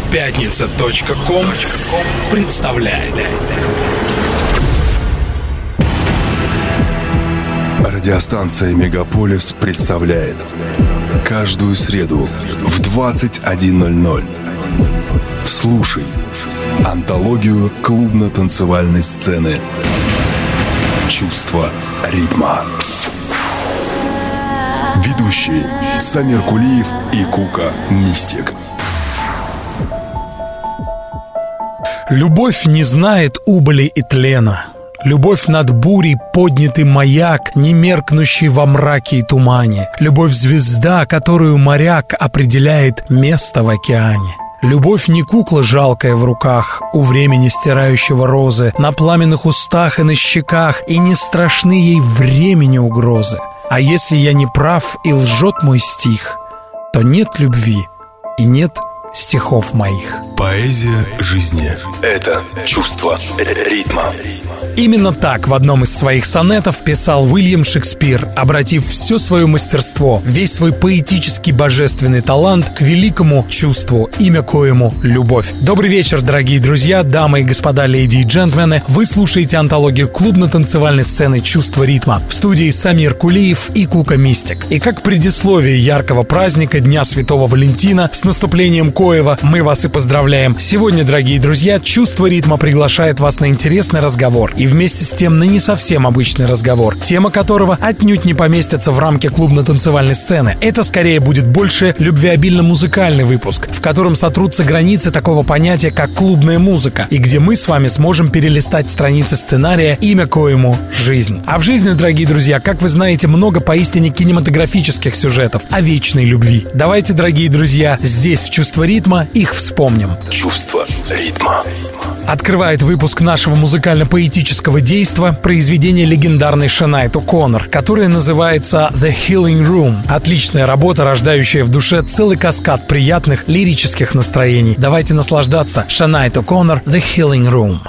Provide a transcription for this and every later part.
Пятница.ком представляет. Радиостанция «Мегаполис» представляет каждую среду в 21:00. Слушай антологию клубно-танцевальной сцены «Чувство ритма». Ведущие Самир Кулиев и Кука Мистик. Любовь не знает убыли и тлена. Любовь над бурей поднятый маяк, не меркнущий во мраке и тумане. Любовь звезда, которую моряк определяет место в океане. Любовь не кукла жалкая в руках, у времени стирающего розы, на пламенных устах и на щеках, и не страшны ей времени угрозы. А если я не прав и лжет мой стих, то нет любви и нет стихов моих. Поэзия жизни — это чувство ритма. Именно так в одном из своих сонетов писал Уильям Шекспир, обратив все свое мастерство, весь свой поэтический божественный талант к великому чувству, имя коему — любовь. Добрый вечер, дорогие друзья, дамы и господа, леди и джентльмены. Вы слушаете антологию клубно-танцевальной сцены «Чувство ритма». В студии Самир Кулиев и Кука Мистик. И как предисловие яркого праздника Дня Святого Валентина с наступлением коего мы вас и поздравляем. Сегодня, дорогие друзья, «Чувство ритма» приглашает вас на интересный разговор. И вместе с тем на не совсем обычный разговор, тема которого отнюдь не поместится в рамки клубно-танцевальной сцены. Это скорее будет больше любвеобильно-музыкальный выпуск, в котором сотрутся границы такого понятия, как клубная музыка, и где мы с вами сможем перелистать страницы сценария, имя коему — жизнь. А в жизни, дорогие друзья, как вы знаете, много поистине кинематографических сюжетов о вечной любви. Давайте, дорогие друзья, здесь в «Чувство ритма» их вспомним. Чувство ритма. Открывает выпуск нашего музыкально-поэтического действа произведение легендарной Шанайд О'Коннор, которое называется «The Healing Room». Отличная работа, рождающая в душе целый каскад приятных лирических настроений. Давайте наслаждаться. Шанайд О'Коннор, «The Healing Room».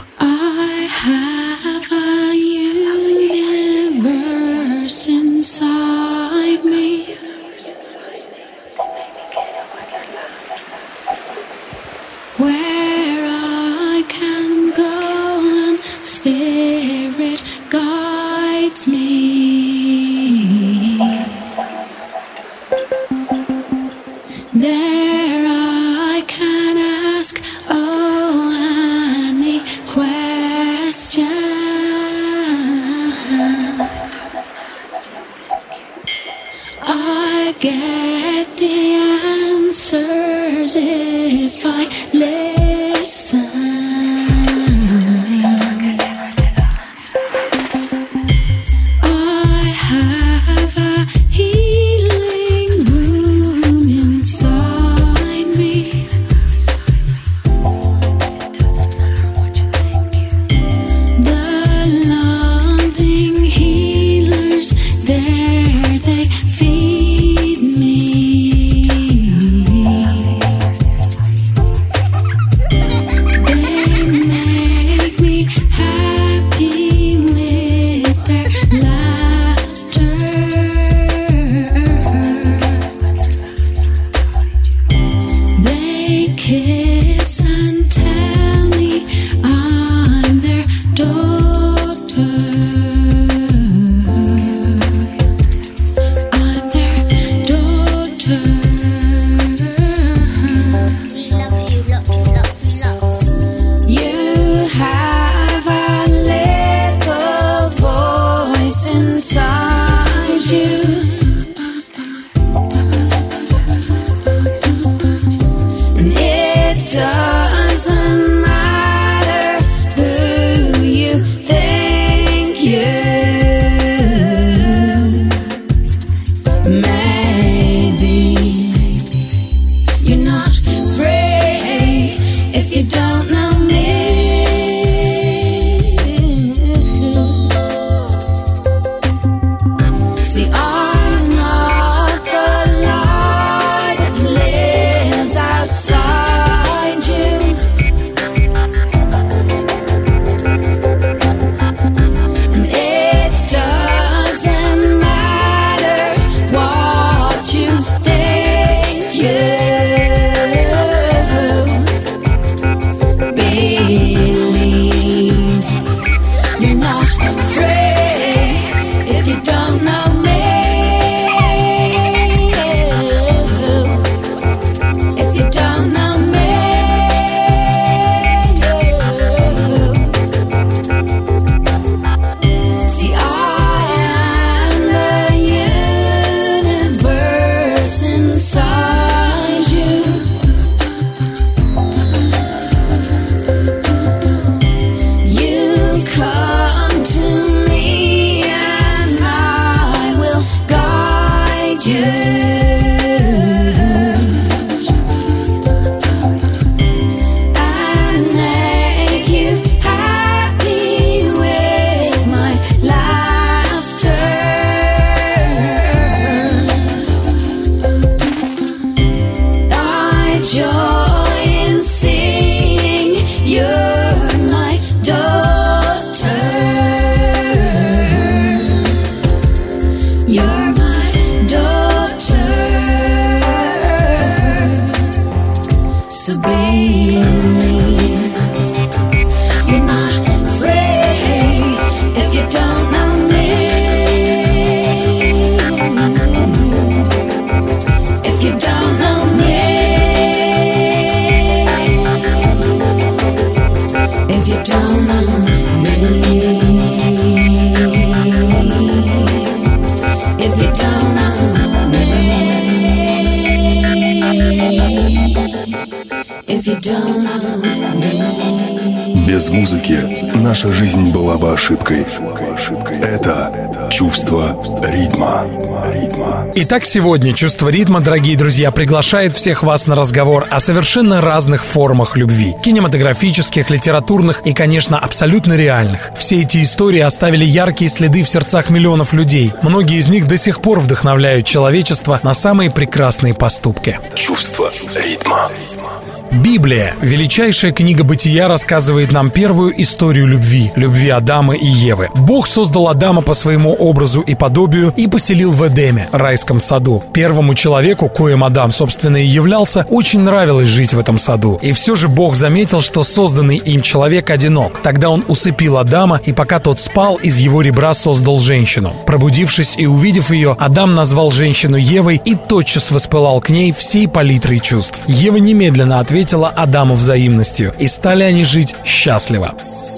Без музыки наша жизнь была бы ошибкой. Это чувство ритма. Итак, сегодня «Чувство ритма», дорогие друзья, приглашает всех вас на разговор о совершенно разных формах любви. Кинематографических, литературных и, конечно, абсолютно реальных. Все эти истории оставили яркие следы в сердцах миллионов людей. Многие из них до сих пор вдохновляют человечество на самые прекрасные поступки. Чувство ритма. Библия, величайшая книга бытия, рассказывает нам первую историю любви Адама и Евы. Бог создал Адама по своему образу и подобию и поселил в Эдеме, райском саду. Первому человеку, коим Адам, собственно, и являлся, очень нравилось жить в этом саду. И все же Бог заметил, что созданный им человек одинок. Тогда он усыпил Адама, и пока тот спал, из его ребра создал женщину. Пробудившись и увидев ее, Адам назвал женщину Евой и тотчас воспылал к ней всей палитрой чувств. Ева немедленно ответила Адаму взаимностью, и стали они жить счастливо.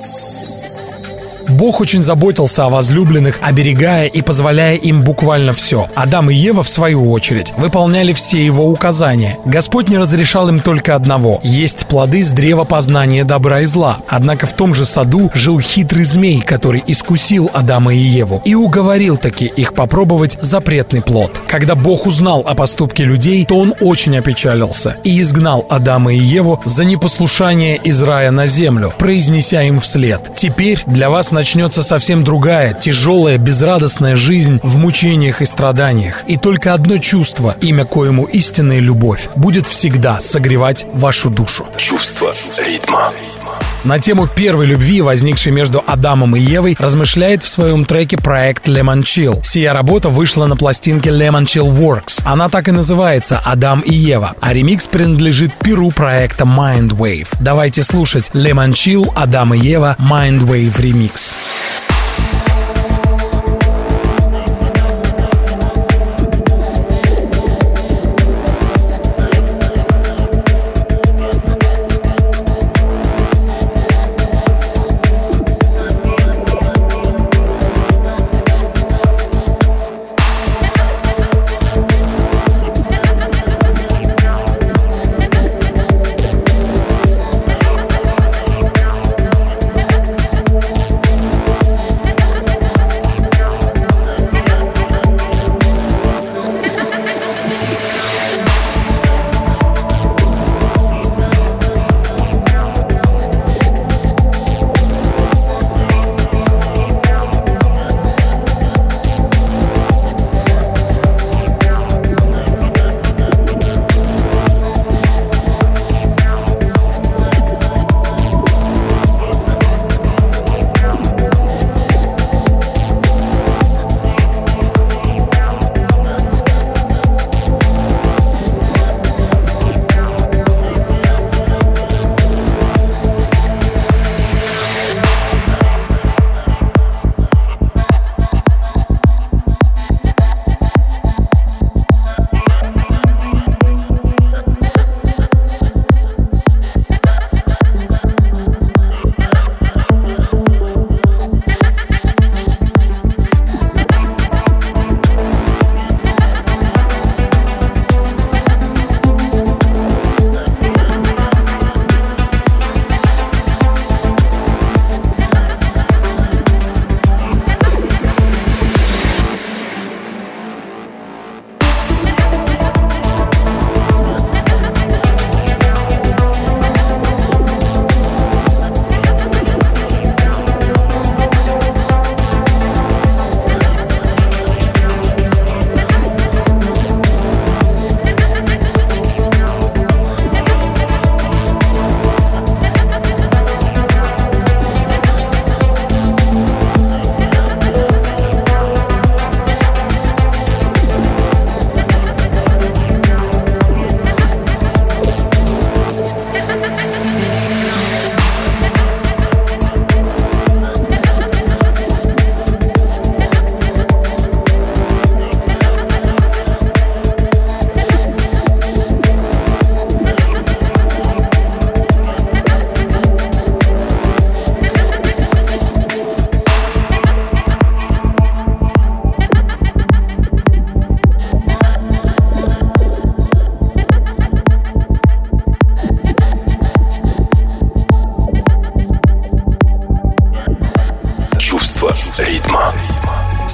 Бог очень заботился о возлюбленных, оберегая и позволяя им буквально все. Адам и Ева, в свою очередь, выполняли все его указания. Господь не разрешал им только одного – есть плоды с древа познания добра и зла. Однако в том же саду жил хитрый змей, который искусил Адама и Еву и уговорил таки их попробовать запретный плод. Когда Бог узнал о поступке людей, то он очень опечалился и изгнал Адама и Еву за непослушание из рая на землю, произнеся им вслед: «Теперь для вас начнется совсем другая, тяжелая, безрадостная жизнь в мучениях и страданиях. И только одно чувство, имя коему истинная любовь, будет всегда согревать вашу душу». Чувство ритма. На тему первой любви, возникшей между Адамом и Евой, размышляет в своем треке проект Lemon Chill. Сия работа вышла на пластинке Lemon Chill Works. Она так и называется «Адам и Ева», а ремикс принадлежит перу проекта Mind Wave. Давайте слушать Lemon Chill, Адам и Ева, Mind Wave ремикс.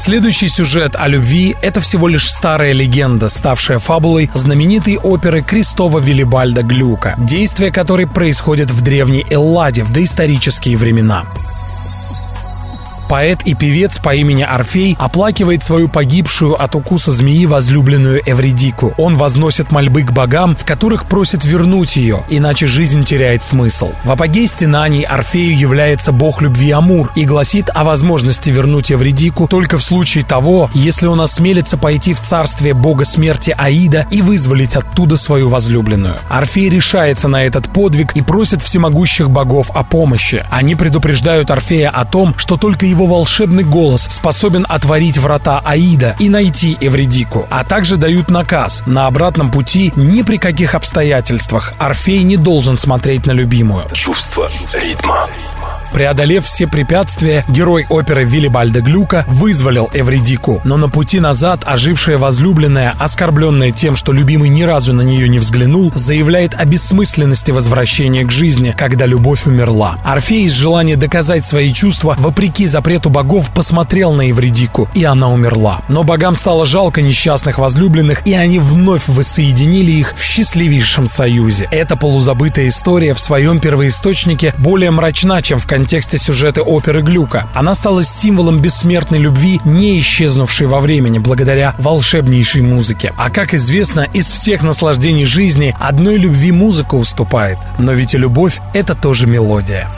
Следующий сюжет о любви — это всего лишь старая легенда, ставшая фабулой знаменитой оперы Кристофа Виллибальда Глюка, действие которой происходит в древней Элладе в доисторические времена. Поэт и певец по имени Орфей оплакивает свою погибшую от укуса змеи возлюбленную Эвридику. Он возносит мольбы к богам, в которых просит вернуть ее, иначе жизнь теряет смысл. В апогее стенаний Орфею является бог любви Амур и гласит о возможности вернуть Эвридику только в случае того, если он осмелится пойти в царствие бога смерти Аида и вызволить оттуда свою возлюбленную. Орфей решается на этот подвиг и просит всемогущих богов о помощи. Они предупреждают Орфея о том, что только его волшебный голос способен отворить врата Аида и найти Эвридику, а также дают наказ: на обратном пути ни при каких обстоятельствах Орфей не должен смотреть на любимую. Чувство ритма. Преодолев все препятствия, герой оперы Виллибальда Глюка вызволил Эвридику, но на пути назад ожившая возлюбленная, оскорбленная тем, что любимый ни разу на нее не взглянул, заявляет о бессмысленности возвращения к жизни, когда любовь умерла. Орфей из желания доказать свои чувства, вопреки запрету богов, посмотрел на Эвридику, и она умерла. Но богам стало жалко несчастных возлюбленных, и они вновь воссоединили их в счастливейшем союзе. Эта полузабытая история в своем первоисточнике более мрачна, чем в контексте сюжета оперы Глюка. Она стала символом бессмертной любви, не исчезнувшей во времени благодаря волшебнейшей музыке. А как известно, из всех наслаждений жизни одной любви музыка уступает. Но ведь и любовь — это тоже мелодия.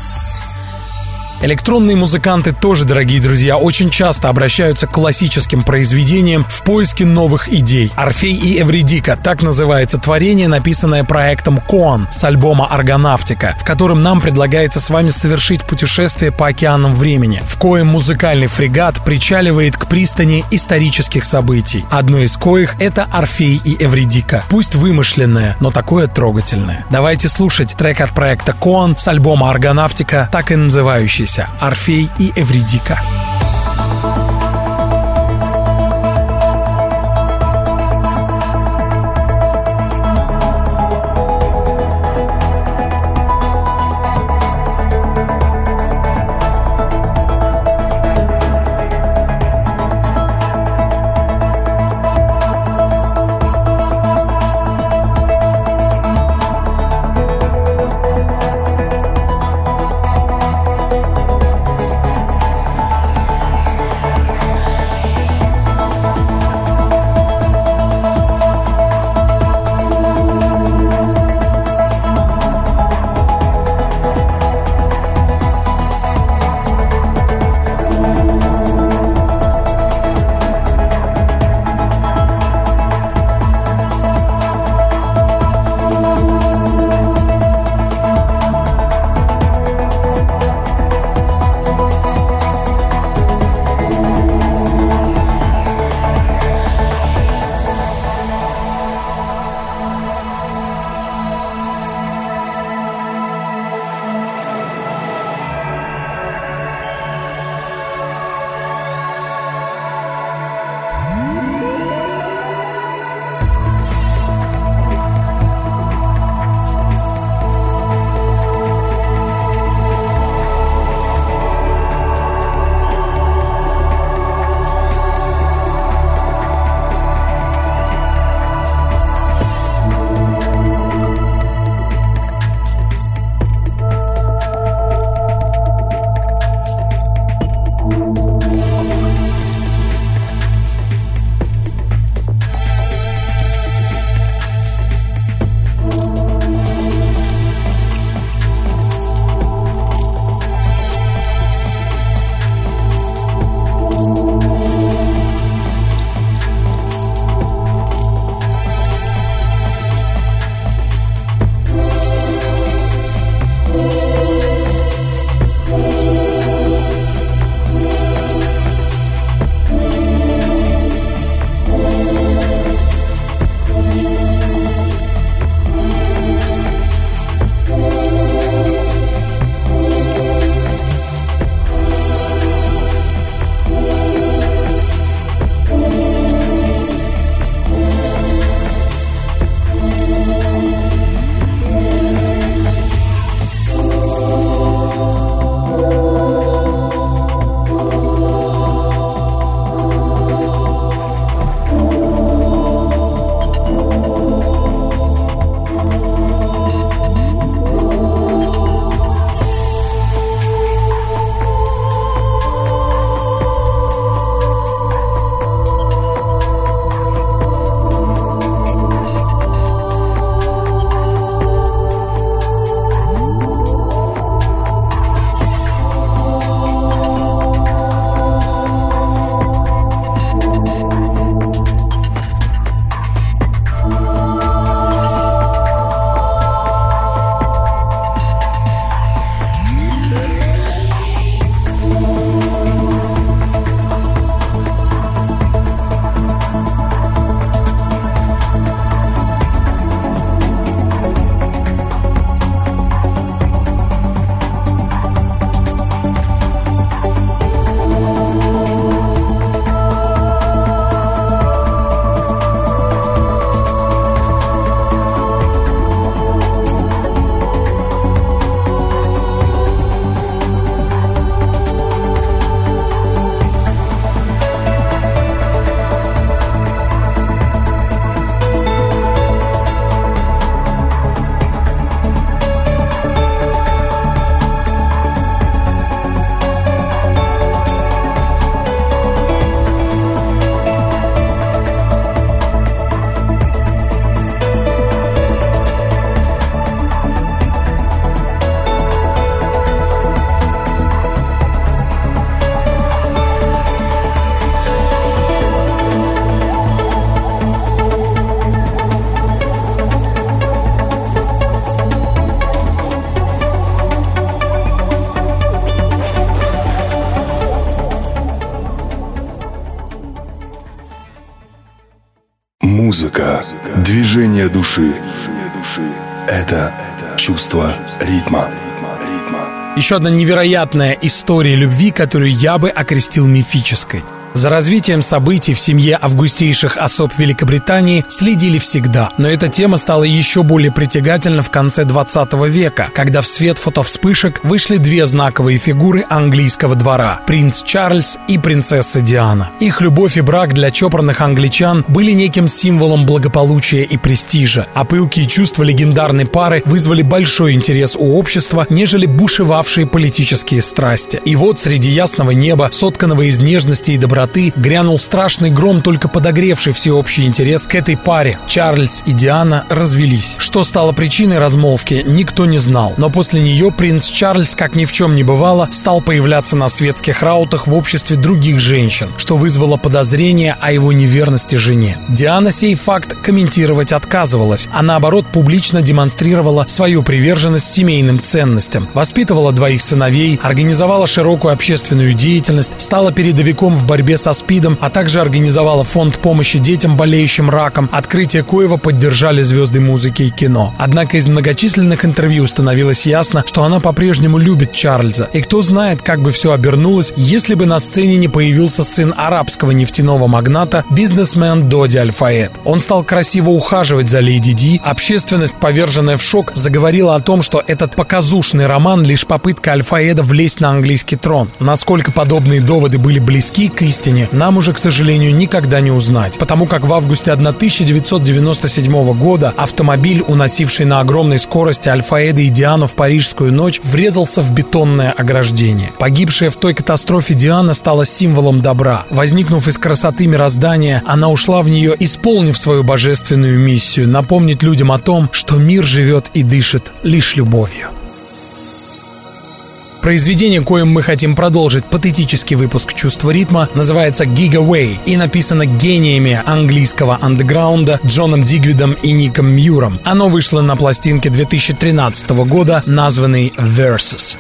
Электронные музыканты тоже, дорогие друзья, очень часто обращаются к классическим произведениям в поиске новых идей. «Орфей и Эвридика» — так называется творение, написанное проектом Коан с альбома «Аргонавтика», в котором нам предлагается с вами совершить путешествие по океанам времени, в коем музыкальный фрегат причаливает к пристани исторических событий. Одно из коих — это «Орфей и Эвридика». Пусть вымышленное, но такое трогательное. Давайте слушать трек от проекта Коан с альбома «Аргонавтика», так и называющийся «Орфей и Эвридика». Движение души. Это чувство ритма. Еще одна невероятная история любви, которую я бы окрестил мифической. За развитием событий в семье августейших особ Великобритании следили всегда, но эта тема стала еще более притягательна в конце 20 века, когда в свет фотовспышек вышли две знаковые фигуры английского двора – принц Чарльз и принцесса Диана. Их любовь и брак для чопорных англичан были неким символом благополучия и престижа, а пылкие чувства легендарной пары вызвали большой интерес у общества, нежели бушевавшие политические страсти. И вот среди ясного неба, сотканного из нежности и доброты, грянул страшный гром, только подогревший всеобщий интерес к этой паре. Чарльз и Диана развелись. Что стало причиной размолвки, никто не знал. Но после нее принц Чарльз, как ни в чем не бывало, стал появляться на светских раутах в обществе других женщин, что вызвало подозрение о его неверности жене. Диана сей факт комментировать отказывалась, а наоборот публично демонстрировала свою приверженность семейным ценностям. Воспитывала двоих сыновей, организовала широкую общественную деятельность, стала передовиком в борьбе со СПИДом, а также организовала фонд помощи детям, болеющим раком, открытие коего поддержали звезды музыки и кино. Однако из многочисленных интервью становилось ясно, что она по-прежнему любит Чарльза. И кто знает, как бы все обернулось, если бы на сцене не появился сын арабского нефтяного магната, бизнесмен Доди Аль-Фаед. Он стал красиво ухаживать за леди Ди. Общественность, поверженная в шок, заговорила о том, что этот показушный роман — лишь попытка Аль-Фаеда влезть на английский трон. Насколько подобные доводы были близки к истине, нам уже, к сожалению, никогда не узнать, потому как в августе 1997 года автомобиль, уносивший на огромной скорости Аль-Фаеда и Диану в парижскую ночь, врезался в бетонное ограждение. Погибшая в той катастрофе Диана стала символом добра. Возникнув из красоты мироздания, она ушла в нее, исполнив свою божественную миссию — напомнить людям о том, что мир живет и дышит лишь любовью. Произведение, коим мы хотим продолжить патетический выпуск «Чувства ритма», называется «Gig Away» и написано гениями английского андеграунда Джоном Дигвидом и Ником Мьюром. Оно вышло на пластинке 2013 года, названной «Versus».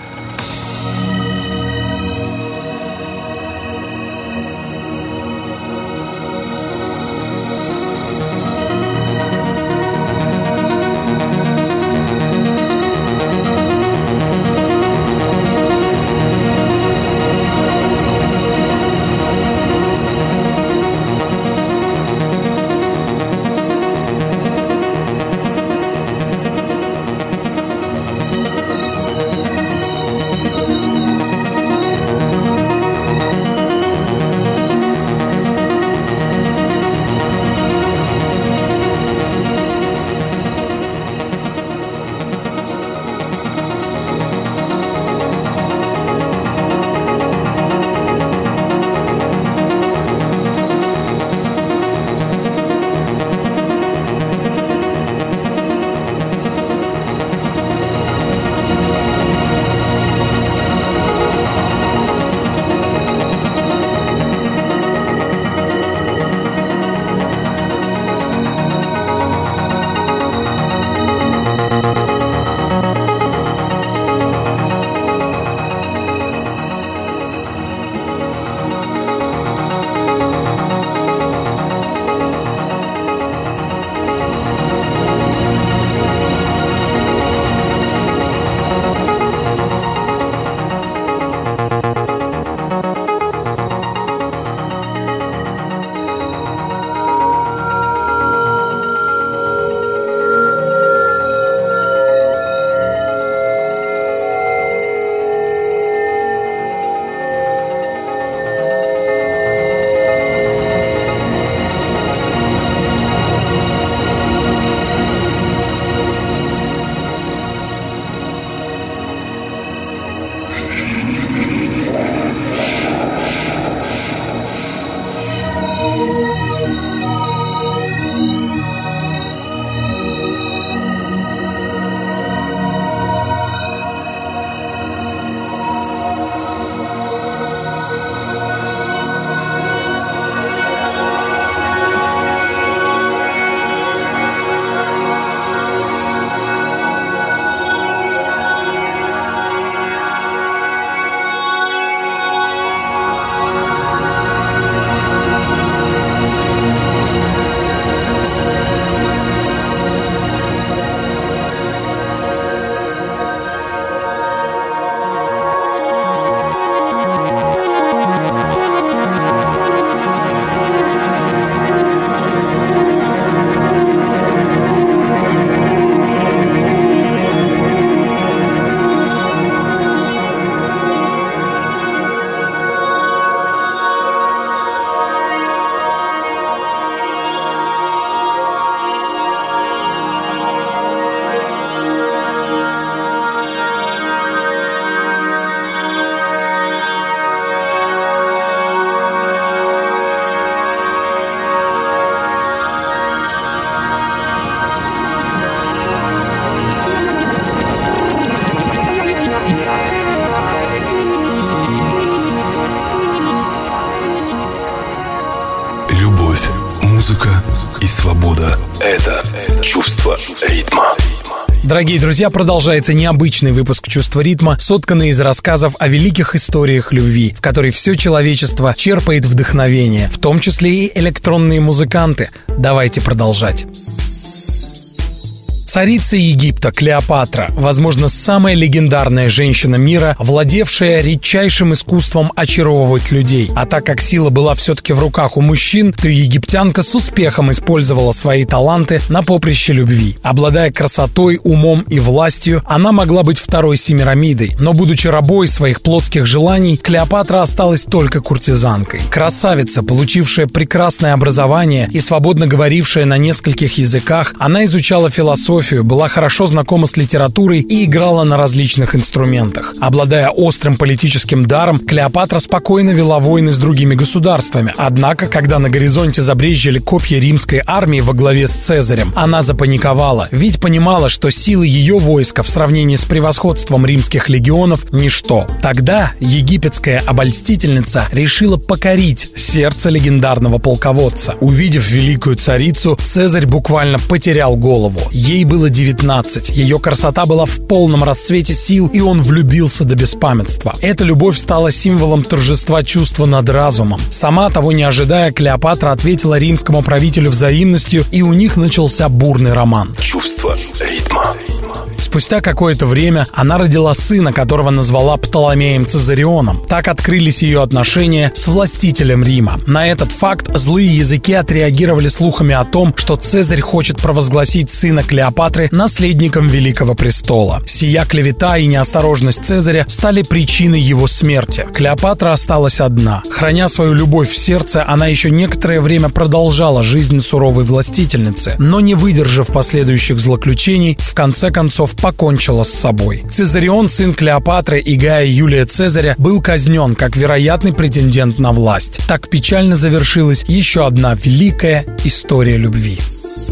Дорогие друзья, продолжается необычный выпуск «Чувства ритма», сотканный из рассказов о великих историях любви, в которой все человечество черпает вдохновение, в том числе и электронные музыканты. Давайте продолжать. Царица Египта Клеопатра, возможно, самая легендарная женщина мира, владевшая редчайшим искусством очаровывать людей. А так как сила была все-таки в руках у мужчин, то египтянка с успехом использовала свои таланты на поприще любви. Обладая красотой, умом и властью, она могла быть второй Семирамидой. Но, будучи рабой своих плотских желаний, Клеопатра осталась только куртизанкой. Красавица, получившая прекрасное образование и свободно говорившая на нескольких языках, она изучала философию, была хорошо знакома с литературой и играла на различных инструментах. Обладая острым политическим даром, Клеопатра спокойно вела войны с другими государствами. Однако, когда на горизонте забрезжили копья римской армии во главе с Цезарем, она запаниковала, ведь понимала, что силы ее войска в сравнении с превосходством римских легионов – ничто. Тогда египетская обольстительница решила покорить сердце легендарного полководца. Увидев великую царицу, Цезарь буквально потерял голову. Ей было 19, ее красота была в полном расцвете сил, и он влюбился до беспамятства. Эта любовь стала символом торжества чувства над разумом. Сама того не ожидая, Клеопатра ответила римскому правителю взаимностью, и у них начался бурный роман. Чувство ритма. Спустя какое-то время она родила сына, которого назвала Птоломеем Цезарионом. Так открылись ее отношения с властителем Рима. На этот факт злые языки отреагировали слухами о том, что Цезарь хочет провозгласить сына Клеопатры наследником Великого престола. Сия клевета и неосторожность Цезаря стали причиной его смерти. Клеопатра осталась одна. Храня свою любовь в сердце, она еще некоторое время продолжала жизнь суровой властительницы, но, не выдержав последующих злоключений, в конце концов покончила с собой. Цезарион, сын Клеопатры и Гая Юлия Цезаря, был казнен как вероятный претендент на власть. Так печально завершилась еще одна великая история любви.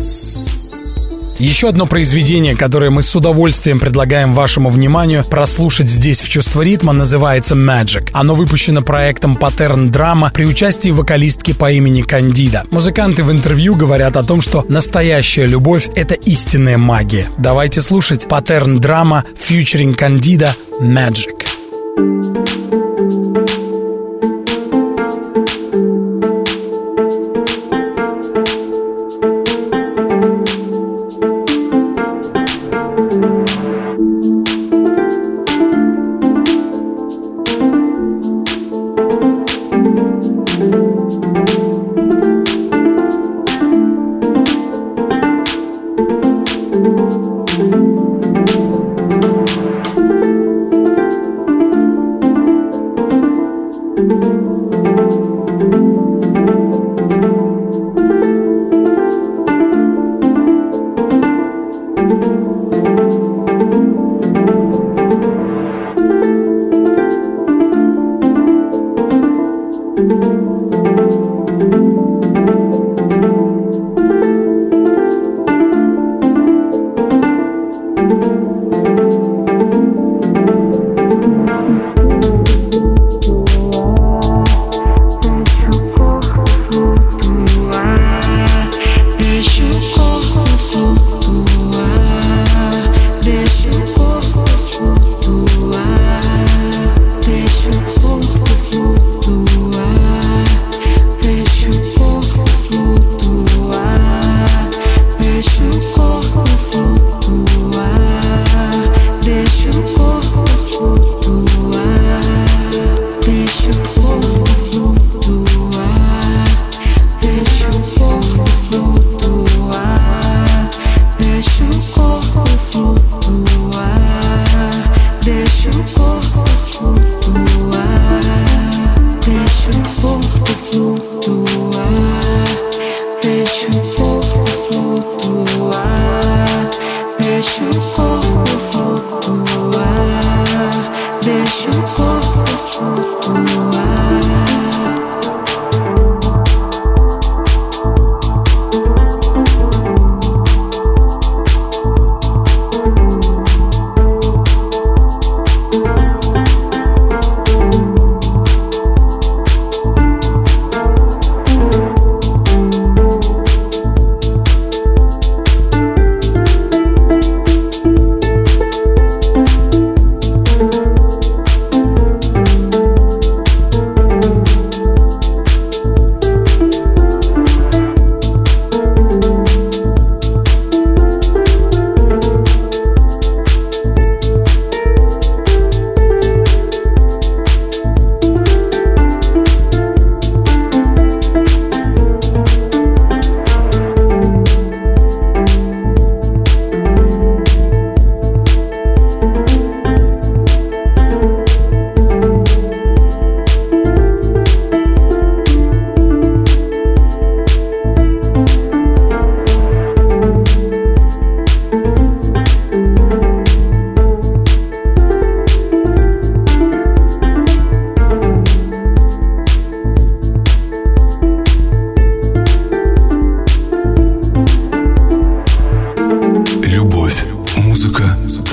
Еще одно произведение, которое мы с удовольствием предлагаем вашему вниманию прослушать здесь в «Чувство ритма», называется «Magic». Оно выпущено проектом Pattern Drama при участии вокалистки по имени Кандида. Музыканты в интервью говорят о том, что настоящая любовь — это истинная магия. Давайте слушать Pattern Drama featuring Кандида «Magic».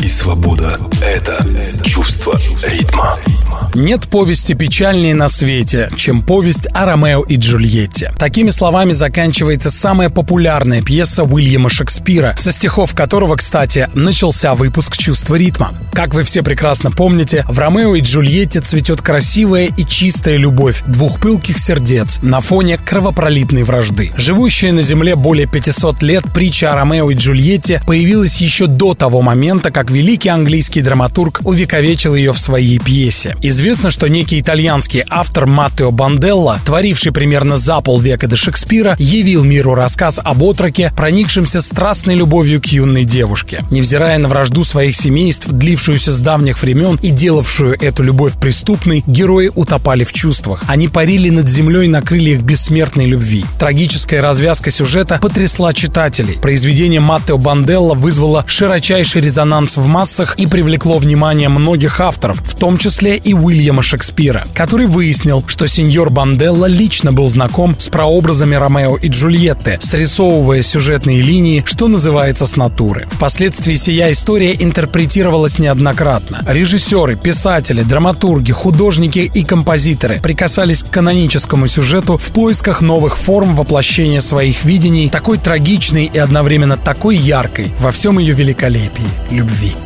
и свобода — это чувство ритма. Нет повести печальнее на свете, чем повесть о Ромео и Джульетте. Такими словами заканчивается самая популярная пьеса Уильяма Шекспира, со стихов которого, кстати, начался выпуск «Чувства ритма». Как вы все прекрасно помните, в Ромео и Джульетте цветет красивая и чистая любовь двух пылких сердец на фоне кровопролитной вражды. Живущая на земле более 500 лет, притча о Ромео и Джульетте появилась еще до того момента, как великий английский драматург увековечил ее в своей пьесе. Известно, что некий итальянский автор Маттео Банделла, творивший примерно за полвека до Шекспира, явил миру рассказ об отроке, проникшемся страстной любовью к юной девушке. Невзирая на вражду своих семейств, длившуюся с давних времен и делавшую эту любовь преступной, герои утопали в чувствах. Они парили над землей на крыльях бессмертной любви. Трагическая развязка сюжета потрясла читателей. Произведение Маттео Банделла вызвало широчайший резонанс в массах и привлекло внимание многих авторов, в том числе и Уильяма Шекспира, который выяснил, что сеньор Банделла лично был знаком с прообразами Ромео и Джульетты, срисовывая сюжетные линии, что называется, с натуры. Впоследствии сия история интерпретировалась неоднократно. Режиссеры, писатели, драматурги, художники и композиторы прикасались к каноническому сюжету в поисках новых форм воплощения своих видений, такой трагичной и одновременно такой яркой во всем ее великолепии — любви.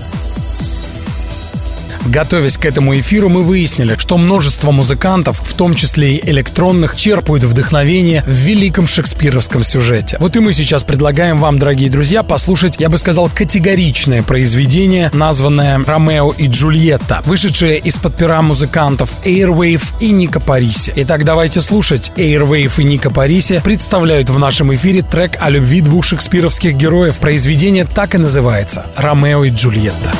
Готовясь к этому эфиру, мы выяснили, что множество музыкантов, в том числе и электронных, черпают вдохновение в великом шекспировском сюжете. Вот и мы сейчас предлагаем вам, дорогие друзья, послушать, я бы сказал, категоричное произведение, названное «Ромео и Джульетта», вышедшее из-под пера музыкантов Airwave и Ника Париси. Итак, давайте слушать. Airwave и Ника Париси представляют в нашем эфире трек о любви двух шекспировских героев. Произведение так и называется «Ромео и Джульетта».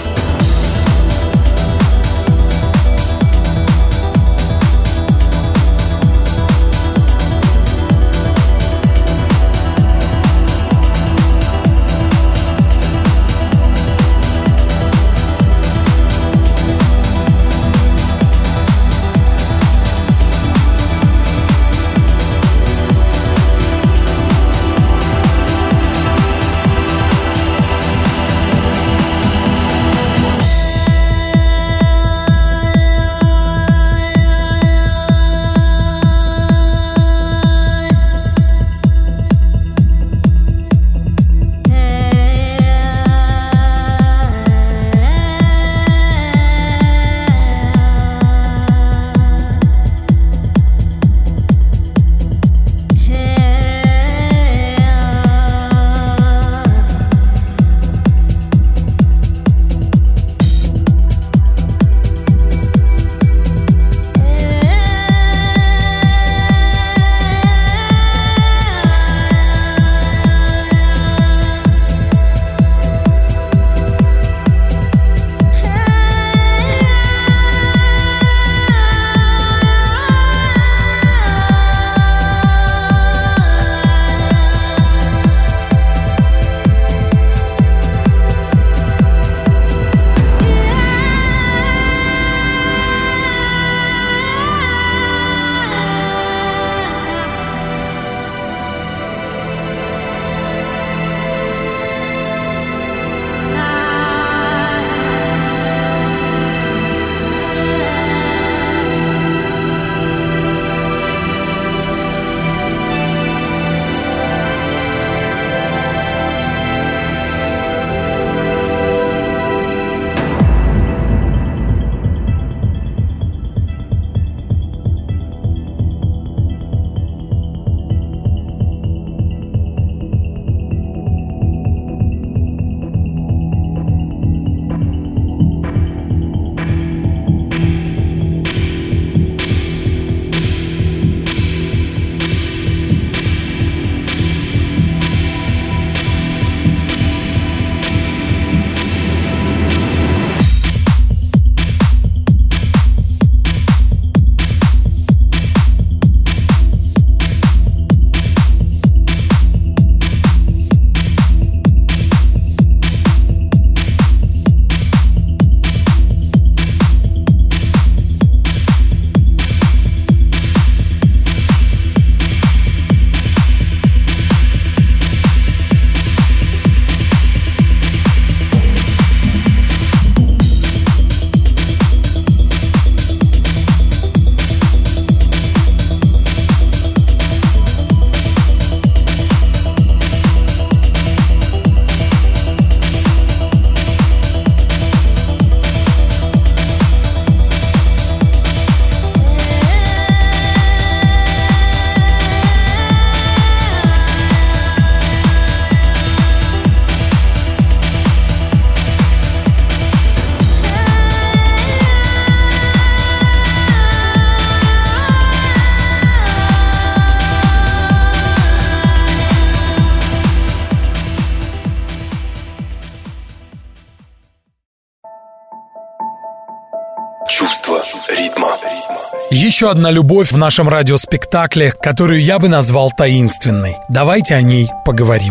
чувство ритма. Еще одна любовь в нашем радиоспектакле, которую я бы назвал таинственной. Давайте о ней поговорим.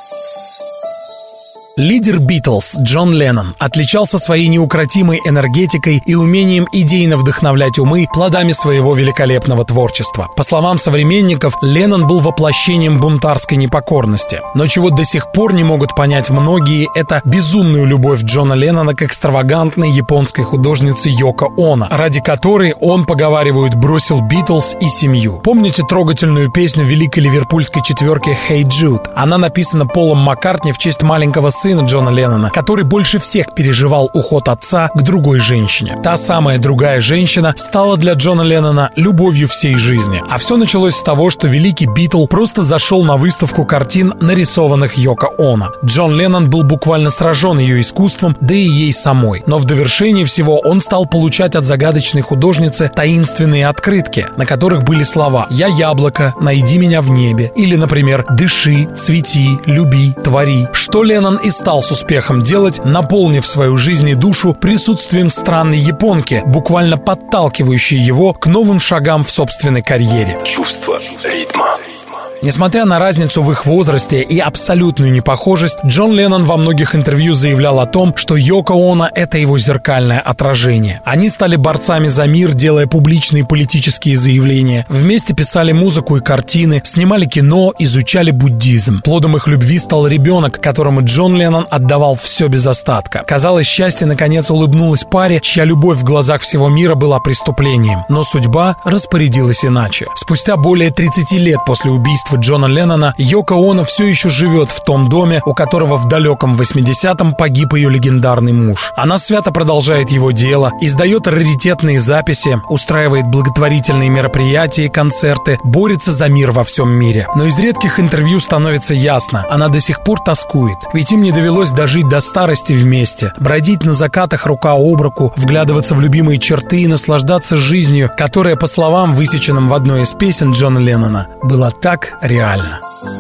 Лидер Битлз Джон Леннон отличался своей неукротимой энергетикой и умением идейно вдохновлять умы плодами своего великолепного творчества. По словам современников, Леннон был воплощением бунтарской непокорности. Но чего до сих пор не могут понять многие, это безумную любовь Джона Леннона к экстравагантной японской художнице Йоко Оно, ради которой он, поговаривают, бросил Битлз и семью. Помните трогательную песню великой ливерпульской четверки «Hey Jude»? Она написана Полом Маккартни в честь маленького сына Джона Леннона, который больше всех переживал уход отца к другой женщине. Та самая другая женщина стала для Джона Леннона любовью всей жизни. А все началось с того, что великий Битл просто зашел на выставку картин, нарисованных Йоко Оно. Джон Леннон был буквально сражен ее искусством, да и ей самой. Но в довершении всего он стал получать от загадочной художницы таинственные открытки, на которых были слова «Я яблоко, найди меня в небе» или, например, «Дыши, цвети, люби, твори», что Леннон и стал с успехом делать, наполнив свою жизнь и душу присутствием странной японки, буквально подталкивающей его к новым шагам в собственной карьере. Чувство ритма. Несмотря на разницу в их возрасте и абсолютную непохожесть, Джон Леннон во многих интервью заявлял о том, что Йоко Оно — это его зеркальное отражение. Они стали борцами за мир, делая публичные политические заявления. Вместе писали музыку и картины, снимали кино, изучали буддизм. Плодом их любви стал ребенок, которому Джон Леннон отдавал все без остатка. Казалось, счастье наконец улыбнулось паре, чья любовь в глазах всего мира была преступлением. Но судьба распорядилась иначе. Спустя более 30 лет после убийства Джона Леннона, Йоко Оно все еще живет в том доме, у которого в далеком 80-м погиб ее легендарный муж. Она свято продолжает его дело, издает раритетные записи, устраивает благотворительные мероприятия и концерты, борется за мир во всем мире. Но из редких интервью становится ясно, она до сих пор тоскует, ведь им не довелось дожить до старости вместе, бродить на закатах рука об руку, вглядываться в любимые черты и наслаждаться жизнью, которая, по словам, высеченным в одной из песен Джона Леннона, была так реально.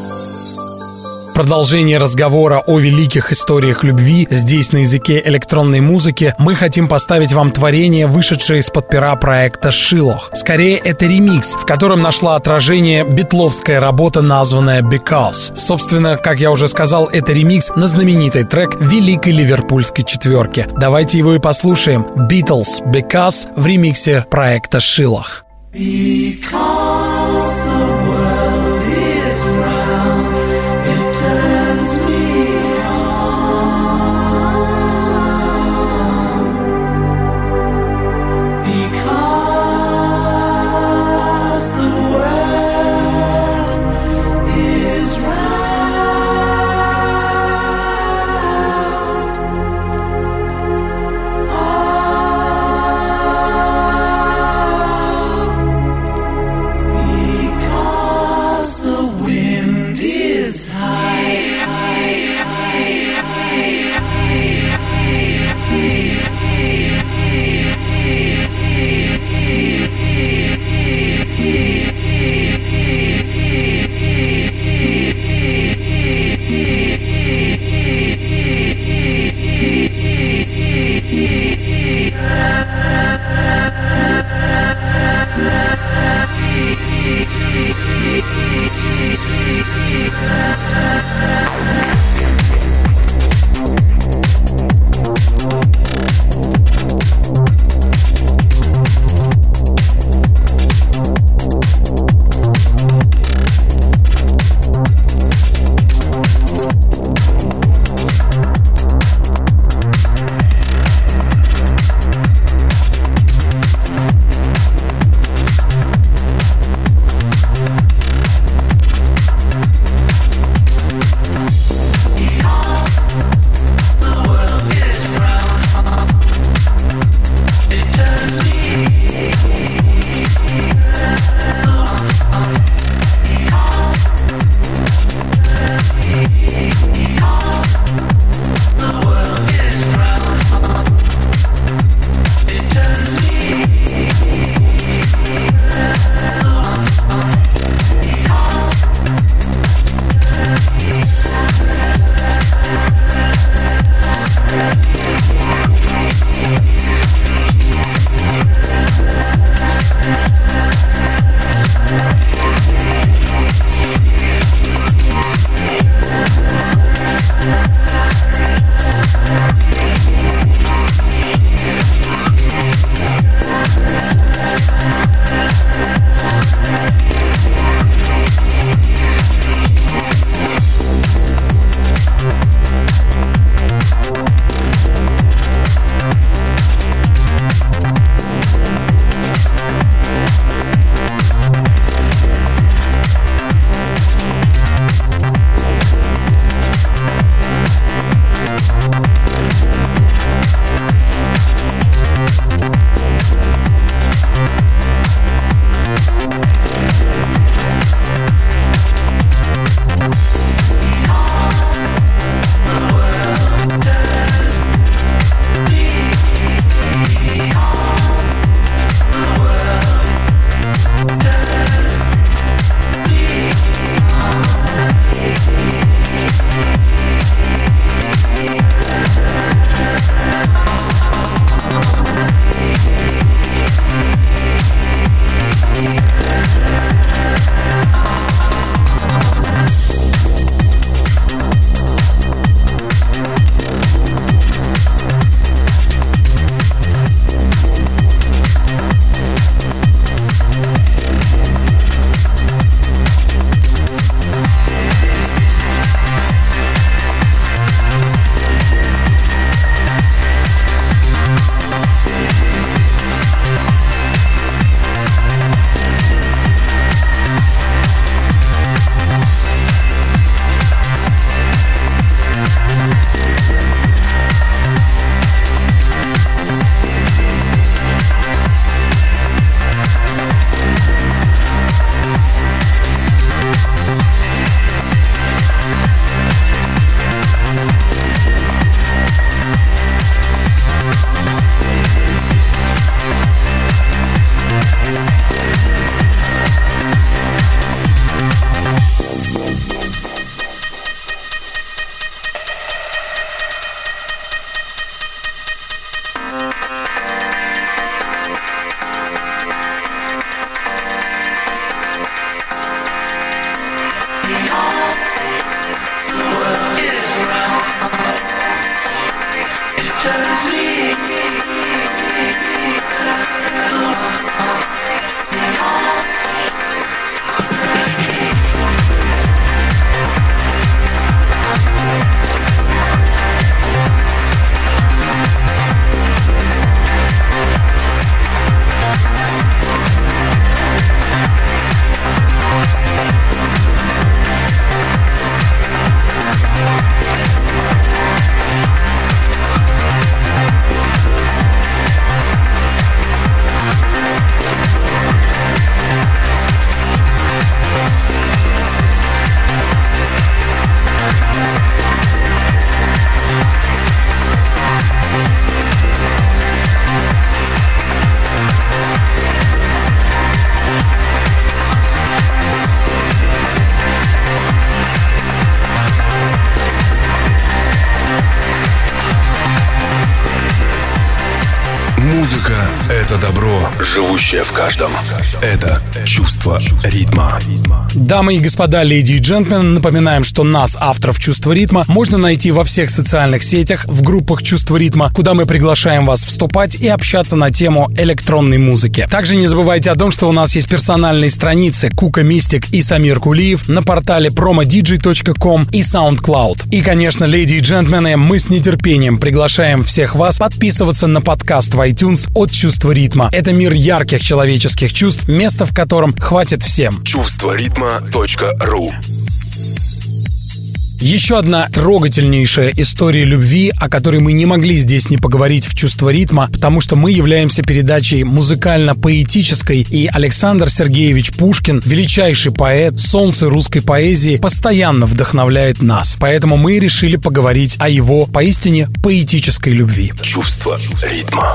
Продолжение разговора о великих историях любви здесь на языке электронной музыки мы хотим поставить вам творение, вышедшее из-под пера проекта «Шилох». Скорее, это ремикс, в котором нашла отражение битловская работа, названная «Because». Собственно, как я уже сказал, это ремикс на знаменитый трек великой ливерпульской четверки. Давайте его и послушаем. Beatles «Because» в ремиксе проекта «Шилох». Музыка — это добро, живущее в каждом. Это чувство ритма. Дамы и господа, леди и джентльмены, напоминаем, что нас, авторов «Чувства ритма», можно найти во всех социальных сетях, в группах «Чувства ритма», куда мы приглашаем вас вступать и общаться на тему электронной музыки. Также не забывайте о том, что у нас есть персональные страницы Кука Мистик и Самир Кулиев на портале promodj.com и SoundCloud. И, конечно, леди и джентльмены, мы с нетерпением приглашаем всех вас подписываться на подкаст в iTunes от «Чувства ритма». Это мир ярких человеческих чувств, место в котором хватит всем. Чувстваритма.ру. Еще одна трогательнейшая история любви, о которой мы не могли здесь не поговорить в «Чувство ритма», потому что мы являемся передачей музыкально-поэтической, и Александр Сергеевич Пушкин, величайший поэт, солнце русской поэзии, постоянно вдохновляет нас. Поэтому мы решили поговорить о его поистине поэтической любви. Чувство ритма.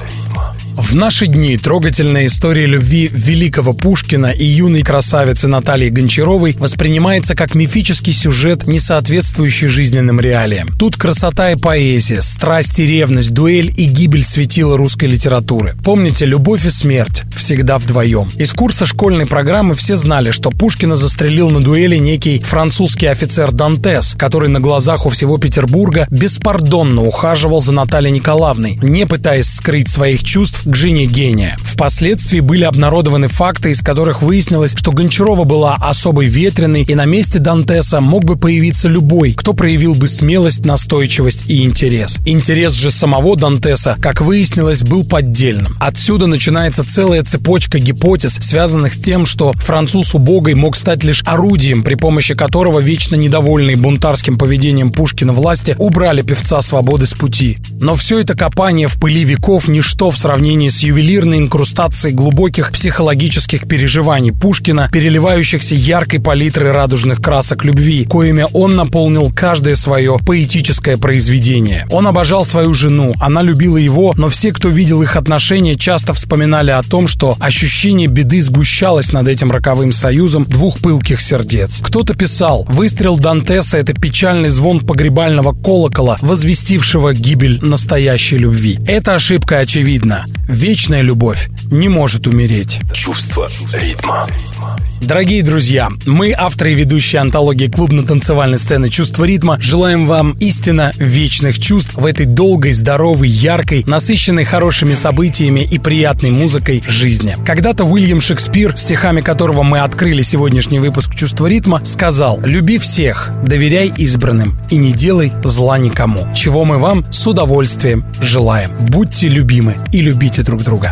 В наши дни трогательная история любви великого Пушкина и юной красавицы Натальи Гончаровой воспринимается как мифический сюжет, не соответствующий жизненным реалиям. Тут красота и поэзия, страсть и ревность, дуэль и гибель светила русской литературы. Помните, любовь и смерть всегда вдвоем. Из курса школьной программы все знали, что Пушкина застрелил на дуэли некий французский офицер Дантес, который на глазах у всего Петербурга беспардонно ухаживал за Натальей Николаевной, не пытаясь скрыть своих чувств к жене гения. Впоследствии были обнародованы факты, из которых выяснилось, что Гончарова была особой ветреной, и на месте Дантеса мог бы появиться любой, кто проявил бы смелость, настойчивость и интерес. Интерес же самого Дантеса, как выяснилось, был поддельным. Отсюда начинается целая цепочка гипотез, связанных с тем, что француз убогой мог стать лишь орудием, при помощи которого вечно недовольные бунтарским поведением Пушкина власти убрали певца свободы с пути. Но все это копание в пыли веков — ничто в сравнении с ювелирной инкрустацией глубоких психологических переживаний Пушкина, переливающихся яркой палитрой радужных красок любви, коими он наполнил каждое свое поэтическое произведение. Он обожал свою жену, она любила его, но все, кто видел их отношения, часто вспоминали о том, что ощущение беды сгущалось над этим роковым союзом двух пылких сердец. Кто-то писал: выстрел Дантеса — это печальный звон погребального колокола, возвестившего гибель настоящей любви. Эта ошибка очевидна. Вечная любовь не может умереть. Чувство ритма. Дорогие друзья, мы, авторы и ведущие антологии клубно-танцевальной сцены «Чувство ритма», желаем вам истинно вечных чувств в этой долгой, здоровой, яркой, насыщенной хорошими событиями и приятной музыкой жизни. Когда-то Уильям Шекспир, стихами которого мы открыли сегодняшний выпуск «Чувство ритма», сказал: «Люби всех, доверяй избранным и не делай зла никому», чего мы вам с удовольствием желаем. Будьте любимы и любите друг друга.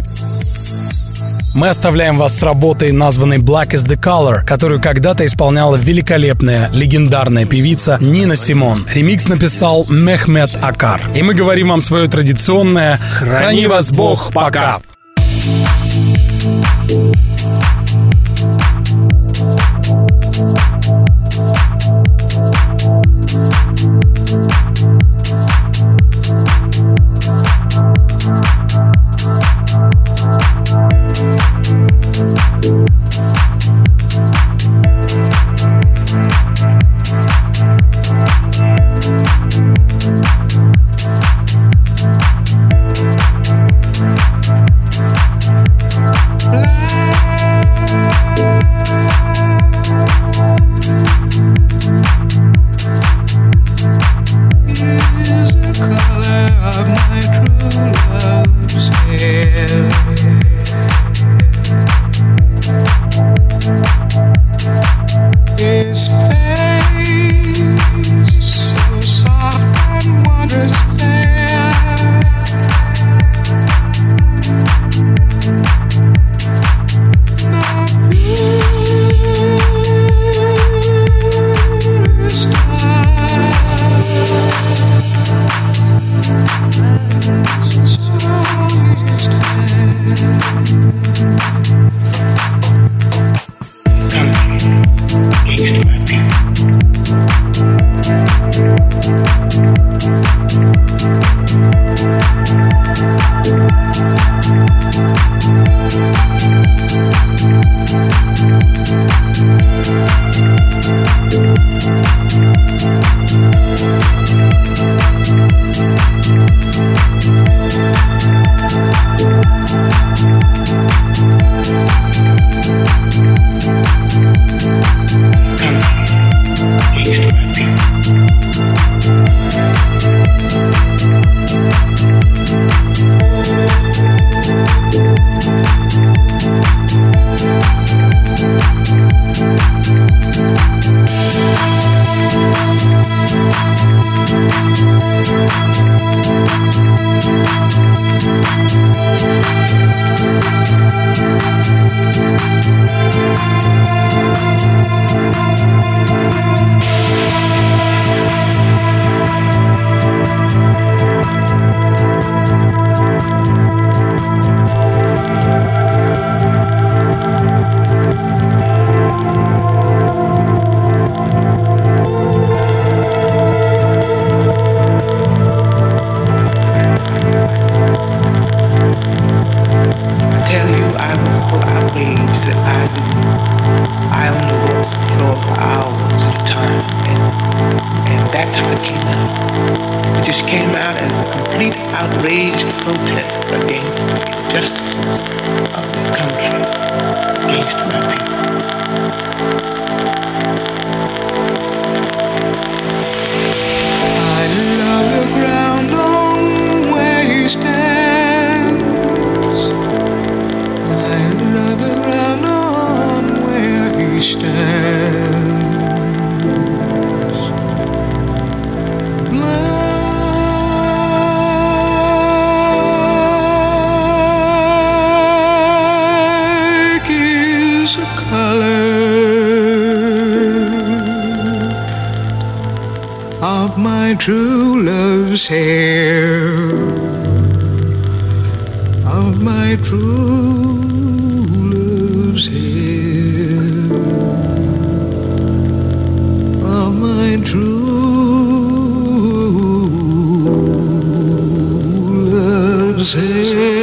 Мы оставляем вас с работой, названной Black is the Color, которую когда-то исполняла великолепная, легендарная певица Нина Симон. Ремикс написал Мехмед Акар. И мы говорим вам свое традиционное «Храни вас Бог, пока!». out as a complete outraged protest against the injustices of this country, against my people. I love the ground on where he stands. I love the ground on where he stands. Black is the color of my true love's hair, of my true love's hair, of my true love's hair.